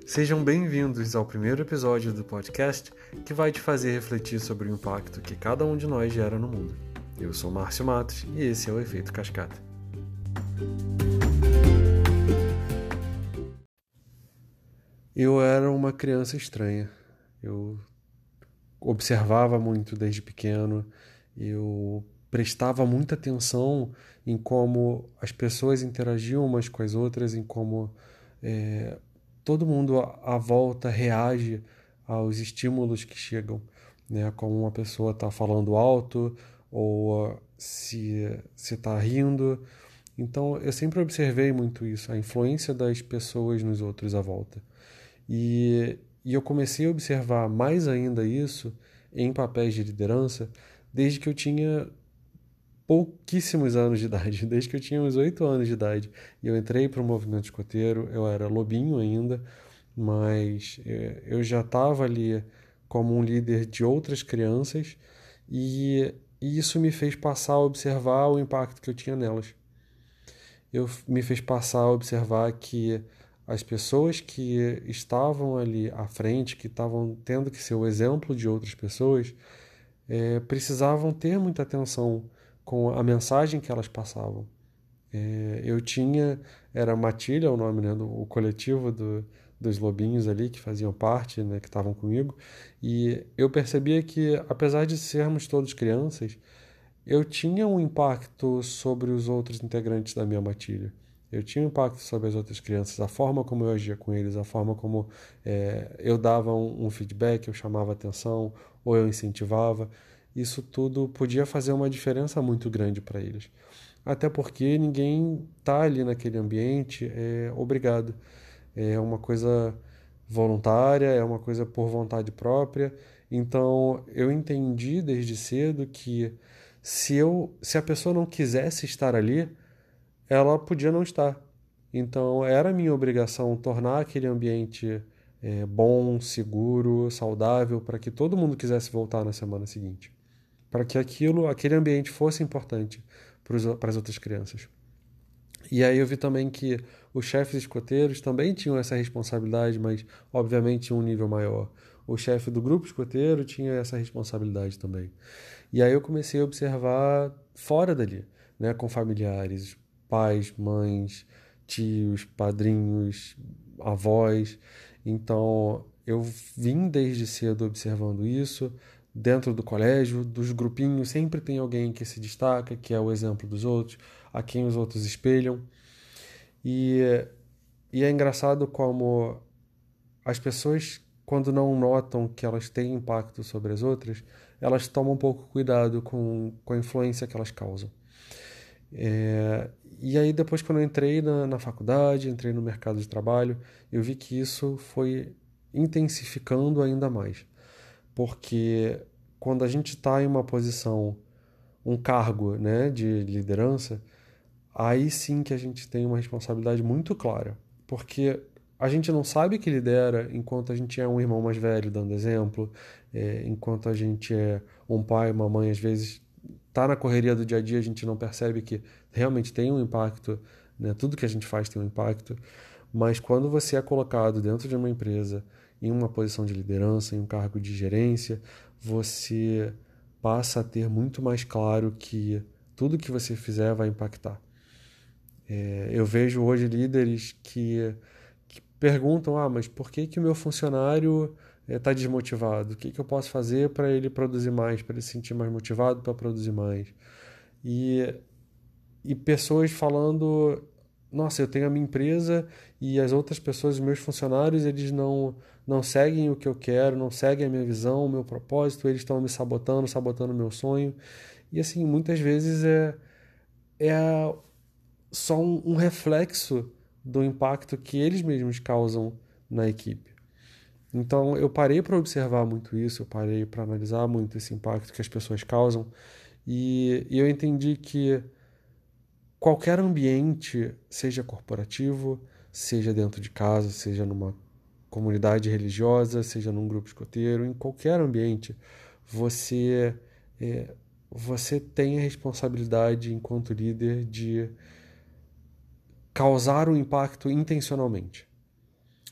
Sejam bem-vindos ao primeiro episódio do podcast que vai te fazer refletir sobre o impacto que cada um de nós gera no mundo. Eu sou Márcio Matos e esse é o Efeito Cascata. Eu era uma criança estranha. Eu observava muito desde pequeno, eu prestava muita atenção em como as pessoas interagiam umas com as outras, em como todo mundo à volta reage aos estímulos que chegam, né? Como uma pessoa está falando alto ou se está rindo. Então, eu sempre observei muito isso, a influência das pessoas nos outros à volta. E eu comecei a observar mais ainda isso em papéis de liderança desde que eu tinha pouquíssimos anos de idade, desde que eu tinha uns 8 anos de idade. E eu entrei para o movimento escoteiro, eu era lobinho ainda, mas eu já estava ali como um líder de outras crianças e isso me fez passar a observar o impacto que eu tinha nelas. Me fez passar a observar que as pessoas que estavam ali à frente, que estavam tendo que ser o exemplo de outras pessoas, precisavam ter muita atenção com a mensagem que elas passavam. Era Matilha o nome, né, o coletivo dos lobinhos ali que faziam parte, né, que estavam comigo, e eu percebia que, apesar de sermos todos crianças, eu tinha um impacto sobre os outros integrantes da minha matilha. Eu tinha um impacto sobre as outras crianças, a forma como eu agia com eles, a forma como eu dava um feedback, eu chamava atenção ou eu incentivava. Isso tudo podia fazer uma diferença muito grande para eles. Até porque ninguém está ali naquele ambiente obrigado. É uma coisa voluntária, é uma coisa por vontade própria. Então, eu entendi desde cedo que se a pessoa não quisesse estar ali, ela podia não estar. Então, era minha obrigação tornar aquele ambiente bom, seguro, saudável, para que todo mundo quisesse voltar na semana seguinte. Para que aquele ambiente fosse importante para as outras crianças. E aí eu vi também que os chefes escoteiros também tinham essa responsabilidade, mas obviamente em um nível maior. O chefe do grupo escoteiro tinha essa responsabilidade também. E aí eu comecei a observar fora dali, né, com familiares, pais, mães, tios, padrinhos, avós. Então eu vim desde cedo observando isso. Dentro do colégio, dos grupinhos, sempre tem alguém que se destaca, que é o exemplo dos outros, a quem os outros espelham. E, e é engraçado como as pessoas, quando não notam que elas têm impacto sobre as outras, elas tomam um pouco cuidado com a influência que elas causam. E aí depois, quando eu entrei na faculdade, entrei no mercado de trabalho, eu vi que isso foi intensificando ainda mais. Porque quando a gente está em uma posição, um cargo, né, de liderança, aí sim que a gente tem uma responsabilidade muito clara. Porque a gente não sabe que lidera enquanto a gente é um irmão mais velho dando exemplo, enquanto a gente é um pai, uma mãe, às vezes está na correria do dia a dia, a gente não percebe que realmente tem um impacto, né? Tudo que a gente faz tem um impacto. Mas quando você é colocado dentro de uma empresa, em uma posição de liderança, em um cargo de gerência, você passa a ter muito mais claro que tudo que você fizer vai impactar. Eu vejo hoje líderes que perguntam, mas por que o meu funcionário está desmotivado? O que eu posso fazer para ele produzir mais, para ele se sentir mais motivado para produzir mais? E, e pessoas falando, nossa, eu tenho a minha empresa e as outras pessoas, os meus funcionários, eles não seguem o que eu quero, não seguem a minha visão, o meu propósito, eles estão me sabotando o meu sonho. E assim, muitas vezes é só um reflexo do impacto que eles mesmos causam na equipe. Então eu parei para observar muito isso, eu parei para analisar muito esse impacto que as pessoas causam e eu entendi que qualquer ambiente, seja corporativo, seja dentro de casa, seja numa comunidade religiosa, seja num grupo escoteiro, em qualquer ambiente, você, você tem a responsabilidade enquanto líder de causar um impacto intencionalmente.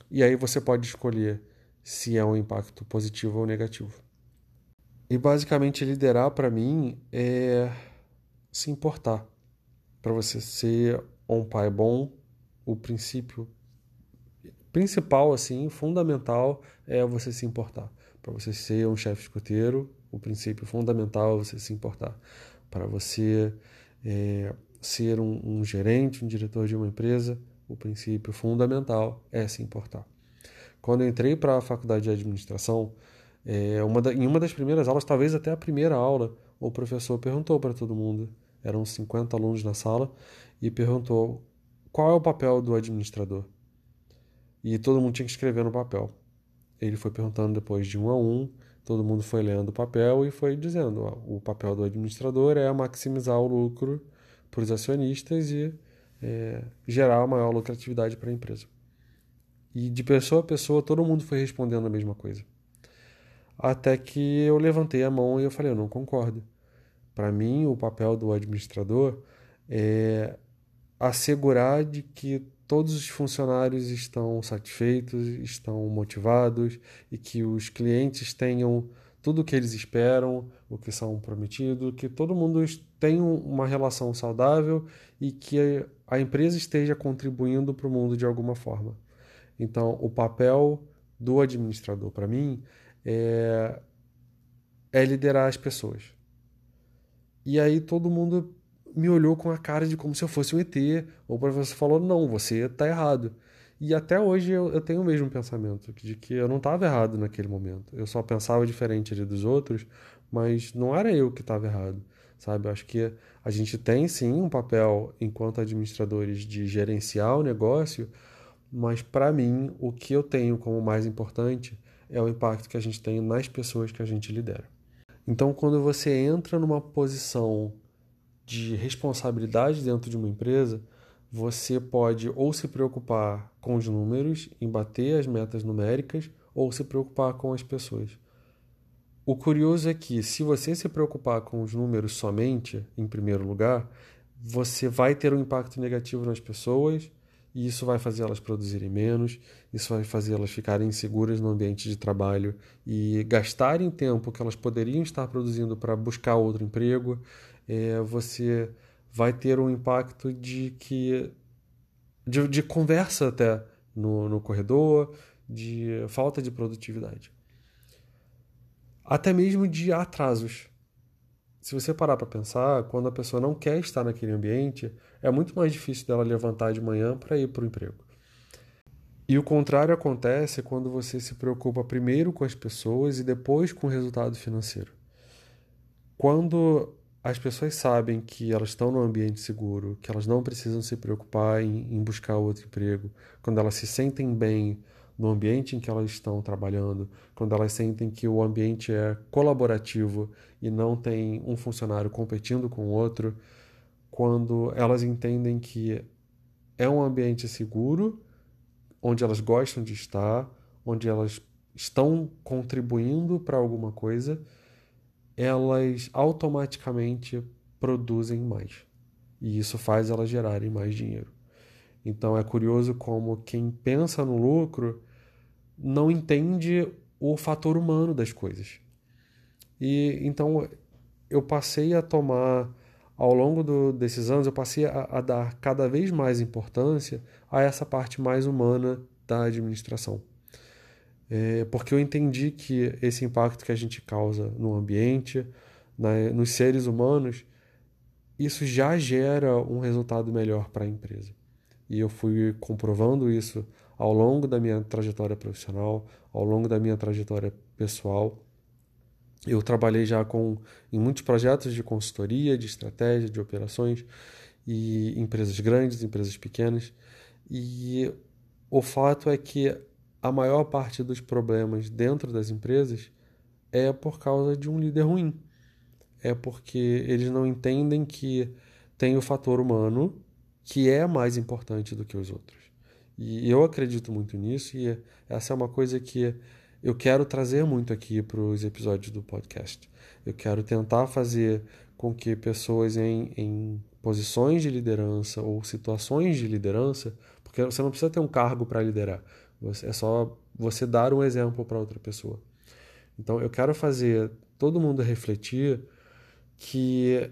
E aí você pode escolher se é um impacto positivo ou negativo. E basicamente liderar para mim é se importar. Para você ser um pai bom, o princípio principal, assim, fundamental é você se importar. Para você ser um chefe escoteiro, o princípio fundamental é você se importar. Para você ser um gerente, um diretor de uma empresa, o princípio fundamental é se importar. Quando eu entrei para a faculdade de administração, em uma das primeiras aulas, talvez até a primeira aula, o professor perguntou para todo mundo, eram 50 alunos na sala, e perguntou qual é o papel do administrador. E todo mundo tinha que escrever no papel. Ele foi perguntando depois de um a um, todo mundo foi lendo o papel e foi dizendo: ó, o papel do administrador é maximizar o lucro para os acionistas e gerar a maior lucratividade para a empresa. E de pessoa a pessoa, todo mundo foi respondendo a mesma coisa. Até que eu levantei a mão e eu falei: eu não concordo. Para mim, o papel do administrador é assegurar de que todos os funcionários estão satisfeitos, estão motivados e que os clientes tenham tudo o que eles esperam, o que são prometidos, que todo mundo tenha uma relação saudável e que a empresa esteja contribuindo para o mundo de alguma forma. Então, o papel do administrador, para mim, é, é liderar as pessoas. E aí todo mundo me olhou com a cara de como se eu fosse um ET. O professor falou: não, você está errado. E até hoje eu tenho o mesmo pensamento, de que eu não estava errado naquele momento. Eu só pensava diferente ali dos outros, mas não era eu que estava errado, sabe? Eu acho que a gente tem sim um papel enquanto administradores de gerenciar o negócio, mas para mim o que eu tenho como mais importante é o impacto que a gente tem nas pessoas que a gente lidera. Então, quando você entra numa posição de responsabilidade dentro de uma empresa, você pode ou se preocupar com os números, em bater as metas numéricas, ou se preocupar com as pessoas. O curioso é que, se você se preocupar com os números somente, em primeiro lugar, você vai ter um impacto negativo nas pessoas, e isso vai fazer elas produzirem menos, isso vai fazer elas ficarem inseguras no ambiente de trabalho e gastarem tempo que elas poderiam estar produzindo para buscar outro emprego. Você vai ter um impacto de conversa até no corredor, de falta de produtividade. Até mesmo de atrasos. Se você parar para pensar, quando a pessoa não quer estar naquele ambiente, é muito mais difícil dela levantar de manhã para ir para o emprego. E o contrário acontece quando você se preocupa primeiro com as pessoas e depois com o resultado financeiro. Quando as pessoas sabem que elas estão num ambiente seguro, que elas não precisam se preocupar em buscar outro emprego, quando elas se sentem bem no ambiente em que elas estão trabalhando, quando elas sentem que o ambiente é colaborativo e não tem um funcionário competindo com o outro, quando elas entendem que é um ambiente seguro, onde elas gostam de estar, onde elas estão contribuindo para alguma coisa, elas automaticamente produzem mais. E isso faz elas gerarem mais dinheiro. Então é curioso como quem pensa no lucro não entende o fator humano das coisas. E então eu passei a tomar, ao longo desses anos, eu passei a dar cada vez mais importância a essa parte mais humana da administração. Porque eu entendi que esse impacto que a gente causa no ambiente, nos seres humanos, isso já gera um resultado melhor para a empresa. E eu fui comprovando isso ao longo da minha trajetória profissional, ao longo da minha trajetória pessoal. Eu trabalhei já em muitos projetos de consultoria, de estratégia, de operações, e empresas grandes, empresas pequenas. E o fato é que a maior parte dos problemas dentro das empresas é por causa de um líder ruim. É porque eles não entendem que tem o fator humano que é mais importante do que os outros. E eu acredito muito nisso, e essa é uma coisa que eu quero trazer muito aqui para os episódios do podcast. Eu quero tentar fazer com que pessoas em posições de liderança ou situações de liderança, porque você não precisa ter um cargo para liderar. É só você dar um exemplo para outra pessoa. Então, eu quero fazer todo mundo refletir que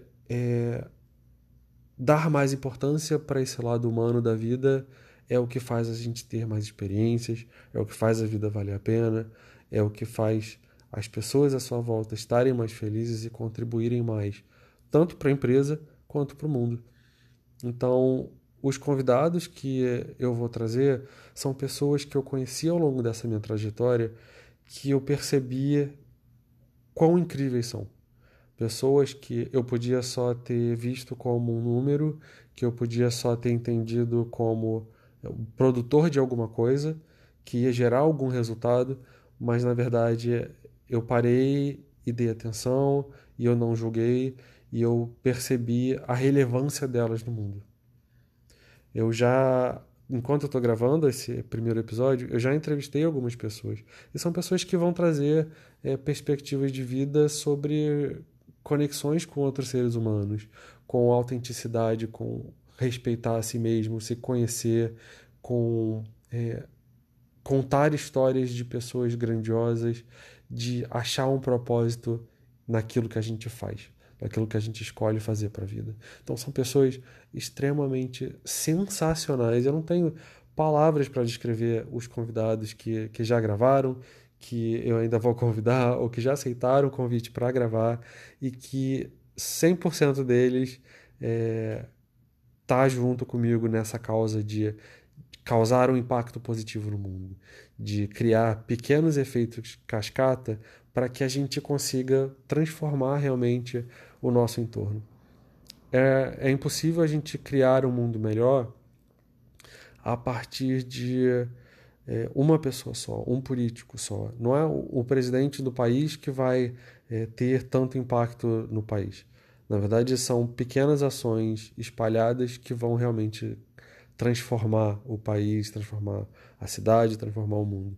dar mais importância para esse lado humano da vida é o que faz a gente ter mais experiências, é o que faz a vida valer a pena, é o que faz as pessoas à sua volta estarem mais felizes e contribuírem mais, tanto para a empresa quanto para o mundo. Então, os convidados que eu vou trazer são pessoas que eu conheci ao longo dessa minha trajetória, que eu percebi quão incríveis são. Pessoas que eu podia só ter visto como um número, que eu podia só ter entendido como o produtor de alguma coisa, que ia gerar algum resultado, mas na verdade eu parei e dei atenção, e eu não julguei, e eu percebi a relevância delas no mundo. Eu já, enquanto eu estou gravando esse primeiro episódio, eu já entrevistei algumas pessoas. E são pessoas que vão trazer perspectivas de vida sobre conexões com outros seres humanos, com autenticidade, com respeitar a si mesmo, se conhecer, com contar histórias de pessoas grandiosas, de achar um propósito naquilo que a gente faz, naquilo que a gente escolhe fazer para a vida. Então são pessoas extremamente sensacionais. Eu não tenho palavras para descrever os convidados que já gravaram, que eu ainda vou convidar, ou que já aceitaram o convite para gravar, e que 100% deles tá junto comigo nessa causa de causar um impacto positivo no mundo, de criar pequenos efeitos cascata para que a gente consiga transformar realmente o nosso entorno. É impossível a gente criar um mundo melhor a partir de uma pessoa só, um político só. Não é o presidente do país que vai ter tanto impacto no país. Na verdade, são pequenas ações espalhadas que vão realmente transformar o país, transformar a cidade, transformar o mundo.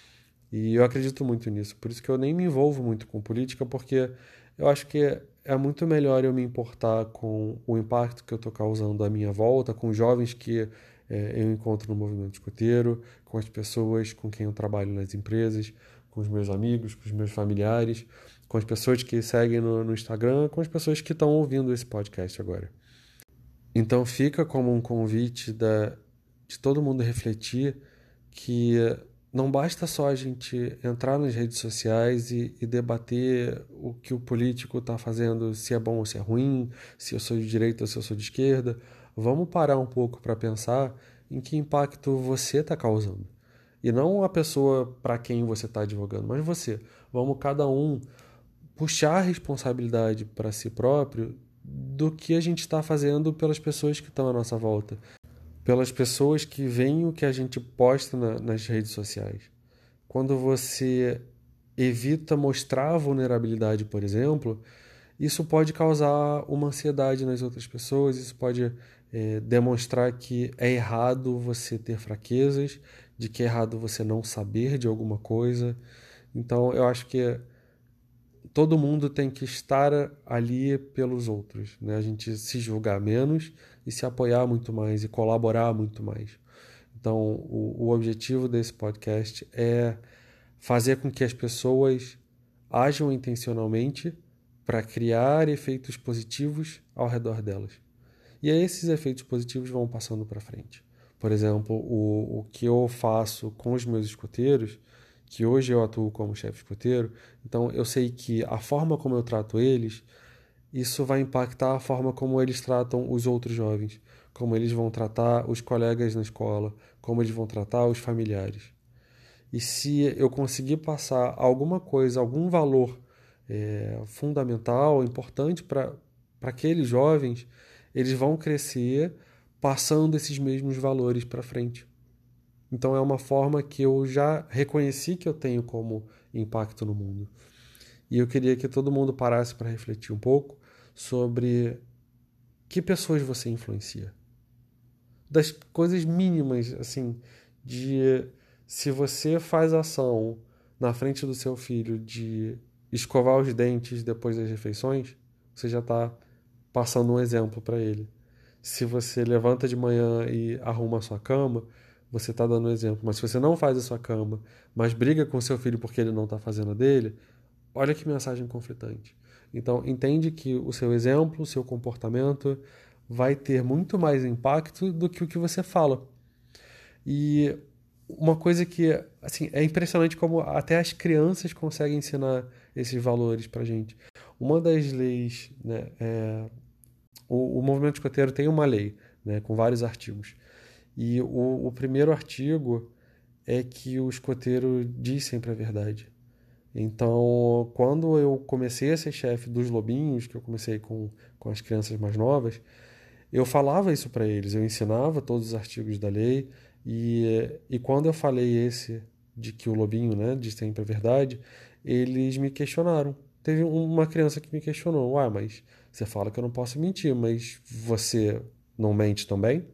E eu acredito muito nisso. Por isso que eu nem me envolvo muito com política, porque eu acho que é muito melhor eu me importar com o impacto que eu estou causando à minha volta, com os jovens que eu encontro no movimento escoteiro, com as pessoas com quem eu trabalho nas empresas, com os meus amigos, com os meus familiares, com as pessoas que seguem no Instagram, com as pessoas que estão ouvindo esse podcast agora. Então fica como um convite de todo mundo refletir que não basta só a gente entrar nas redes sociais e debater o que o político está fazendo, se é bom ou se é ruim, se eu sou de direita ou se eu sou de esquerda. Vamos parar um pouco para pensar em que impacto você está causando. E não a pessoa para quem você está advogando, mas você. Vamos cada um puxar a responsabilidade para si próprio do que a gente está fazendo pelas pessoas que estão à nossa volta, pelas pessoas que veem o que a gente posta nas redes sociais. Quando você evita mostrar a vulnerabilidade, por exemplo, isso pode causar uma ansiedade nas outras pessoas, isso pode demonstrar que é errado você ter fraquezas, de que é errado você não saber de alguma coisa. Então, eu acho que todo mundo tem que estar ali pelos outros, né? A gente se julgar menos e se apoiar muito mais e colaborar muito mais. Então, o objetivo desse podcast é fazer com que as pessoas ajam intencionalmente para criar efeitos positivos ao redor delas. E aí esses efeitos positivos vão passando para frente. Por exemplo, o que eu faço com os meus escoteiros, que hoje eu atuo como chefe escoteiro, então eu sei que a forma como eu trato eles, isso vai impactar a forma como eles tratam os outros jovens, como eles vão tratar os colegas na escola, como eles vão tratar os familiares. E se eu conseguir passar alguma coisa, algum valor fundamental, importante para aqueles jovens, eles vão crescer passando esses mesmos valores para frente. Então é uma forma que eu já reconheci que eu tenho como impacto no mundo. E eu queria que todo mundo parasse para refletir um pouco sobre que pessoas você influencia. Das coisas mínimas, assim, de se você faz ação na frente do seu filho de escovar os dentes depois das refeições, você já está passando um exemplo para ele. Se você levanta de manhã e arruma a sua cama, você está dando um exemplo. Mas se você não faz a sua cama, mas briga com seu filho porque ele não está fazendo a dele, olha que mensagem conflitante. Então, entende que o seu exemplo, o seu comportamento vai ter muito mais impacto do que o que você fala. E uma coisa que, assim, é impressionante como até as crianças conseguem ensinar esses valores pra gente. Uma das leis, né, o movimento escoteiro tem uma lei, né, com vários artigos. E o primeiro artigo é que o escoteiro diz sempre a verdade. Então, quando eu comecei a ser chefe dos lobinhos, que eu comecei com as crianças mais novas, eu falava isso para eles, eu ensinava todos os artigos da lei, e quando eu falei esse de que o lobinho, né, diz sempre a verdade, eles me questionaram. Teve uma criança que me questionou: "Ué, mas você fala que eu não posso mentir, mas você não mente também?"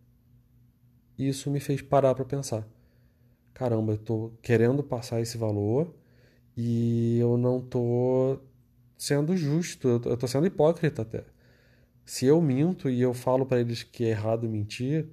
E isso me fez parar para pensar. Caramba, eu tô querendo passar esse valor e eu não tô sendo justo, eu tô sendo hipócrita até. Se eu minto e eu falo para eles que é errado mentir,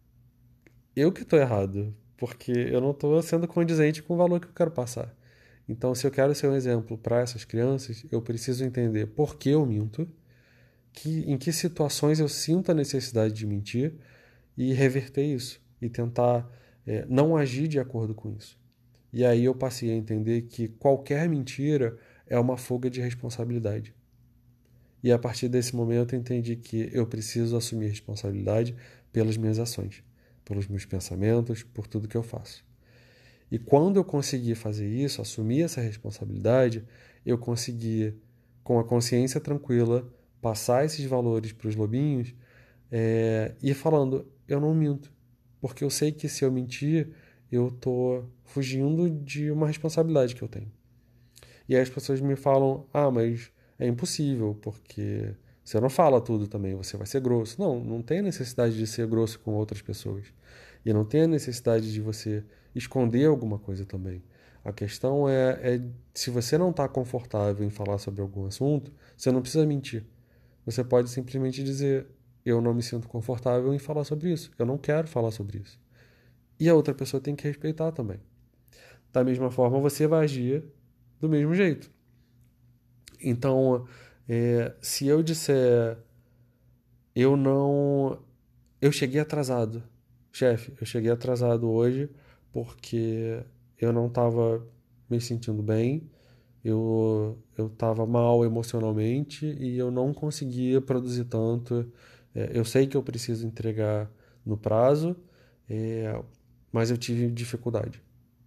eu que tô errado, porque eu não tô sendo condizente com o valor que eu quero passar. Então, se eu quero ser um exemplo para essas crianças, eu preciso entender por que eu minto, em que situações eu sinto a necessidade de mentir e reverter isso e tentar não agir de acordo com isso. E aí eu passei a entender que qualquer mentira é uma fuga de responsabilidade. E a partir desse momento eu entendi que eu preciso assumir responsabilidade pelas minhas ações, pelos meus pensamentos, por tudo que eu faço. E quando eu consegui fazer isso, assumir essa responsabilidade, eu consegui, com a consciência tranquila, passar esses valores para os lobinhos e falando: eu não minto, porque eu sei que se eu mentir, eu estou fugindo de uma responsabilidade que eu tenho. E aí as pessoas me falam: ah, mas é impossível, porque você não fala tudo também, você vai ser grosso. Não, não tem necessidade de ser grosso com outras pessoas. E não tem a necessidade de você esconder alguma coisa também. A questão é se você não está confortável em falar sobre algum assunto, você não precisa mentir. Você pode simplesmente dizer: eu não me sinto confortável em falar sobre isso, eu não quero falar sobre isso. E a outra pessoa tem que respeitar também. Da mesma forma, você vai agir do mesmo jeito. Então, se eu disser: eu não. Eu cheguei atrasado, chefe, eu cheguei atrasado hoje porque eu não estava me sentindo bem, eu estava mal emocionalmente e eu não conseguia produzir tanto. Eu sei que eu preciso entregar no prazo, é, mas eu tive dificuldade.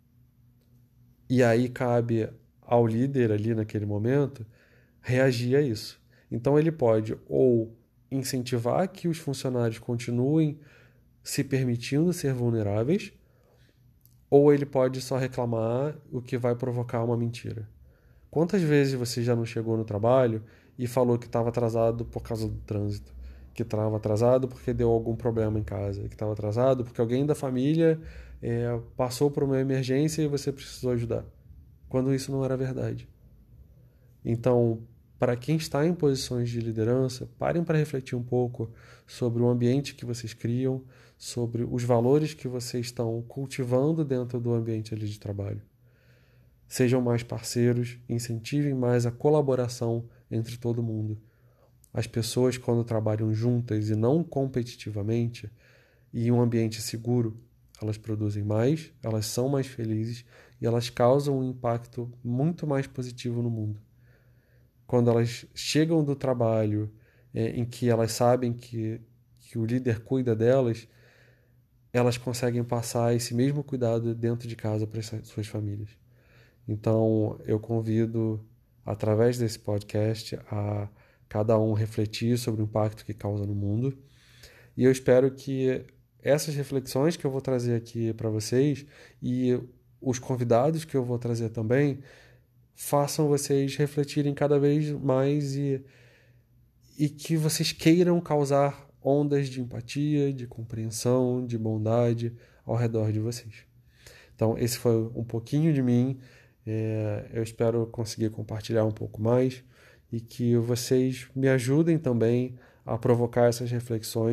E aí cabe ao líder ali naquele momento reagir a isso. Então ele pode ou incentivar que os funcionários continuem se permitindo ser vulneráveis, ou ele pode só reclamar, o que vai provocar uma mentira. Quantas vezes você já não chegou no trabalho e falou que estava atrasado por causa do trânsito? Que estava atrasado porque deu algum problema em casa? Que estava atrasado porque alguém da família passou por uma emergência e você precisou ajudar? Quando isso não era verdade. Então, para quem está em posições de liderança, parem para refletir um pouco sobre o ambiente que vocês criam, sobre os valores que vocês estão cultivando dentro do ambiente ali de trabalho. Sejam mais parceiros, incentivem mais a colaboração entre todo mundo. As pessoas, quando trabalham juntas e não competitivamente, e em um ambiente seguro, elas produzem mais, elas são mais felizes e elas causam um impacto muito mais positivo no mundo. Quando elas chegam do trabalho em que elas sabem que o líder cuida delas, elas conseguem passar esse mesmo cuidado dentro de casa para as suas famílias. Então, eu convido, através desse podcast, a cada um refletir sobre o impacto que causa no mundo. E eu espero que essas reflexões que eu vou trazer aqui para vocês e os convidados que eu vou trazer também façam vocês refletirem cada vez mais e que vocês queiram causar ondas de empatia, de compreensão, de bondade ao redor de vocês. Então, esse foi um pouquinho de mim. Eu espero conseguir compartilhar um pouco mais e que vocês me ajudem também a provocar essas reflexões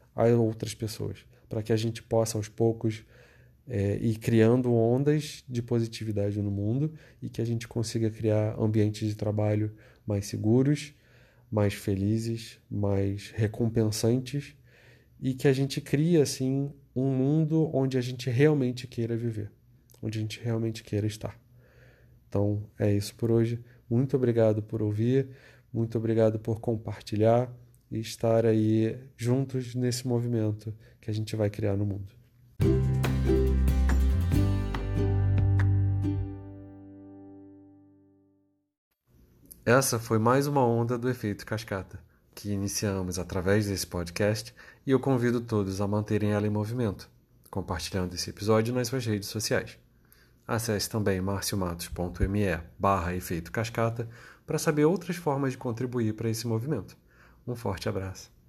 a outras pessoas, para que a gente possa aos poucos ir criando ondas de positividade no mundo e que a gente consiga criar ambientes de trabalho mais seguros, mais felizes, mais recompensantes e que a gente crie, assim, um mundo onde a gente realmente queira viver, onde a gente realmente queira estar. Então, é isso por hoje. Muito obrigado por ouvir, muito obrigado por compartilhar e estar aí juntos nesse movimento que a gente vai criar no mundo. Essa foi mais uma onda do Efeito Cascata, que iniciamos através desse podcast e eu convido todos a manterem ela em movimento, compartilhando esse episódio nas suas redes sociais. Acesse também marciomatos.me/efeito cascata para saber outras formas de contribuir para esse movimento. Um forte abraço.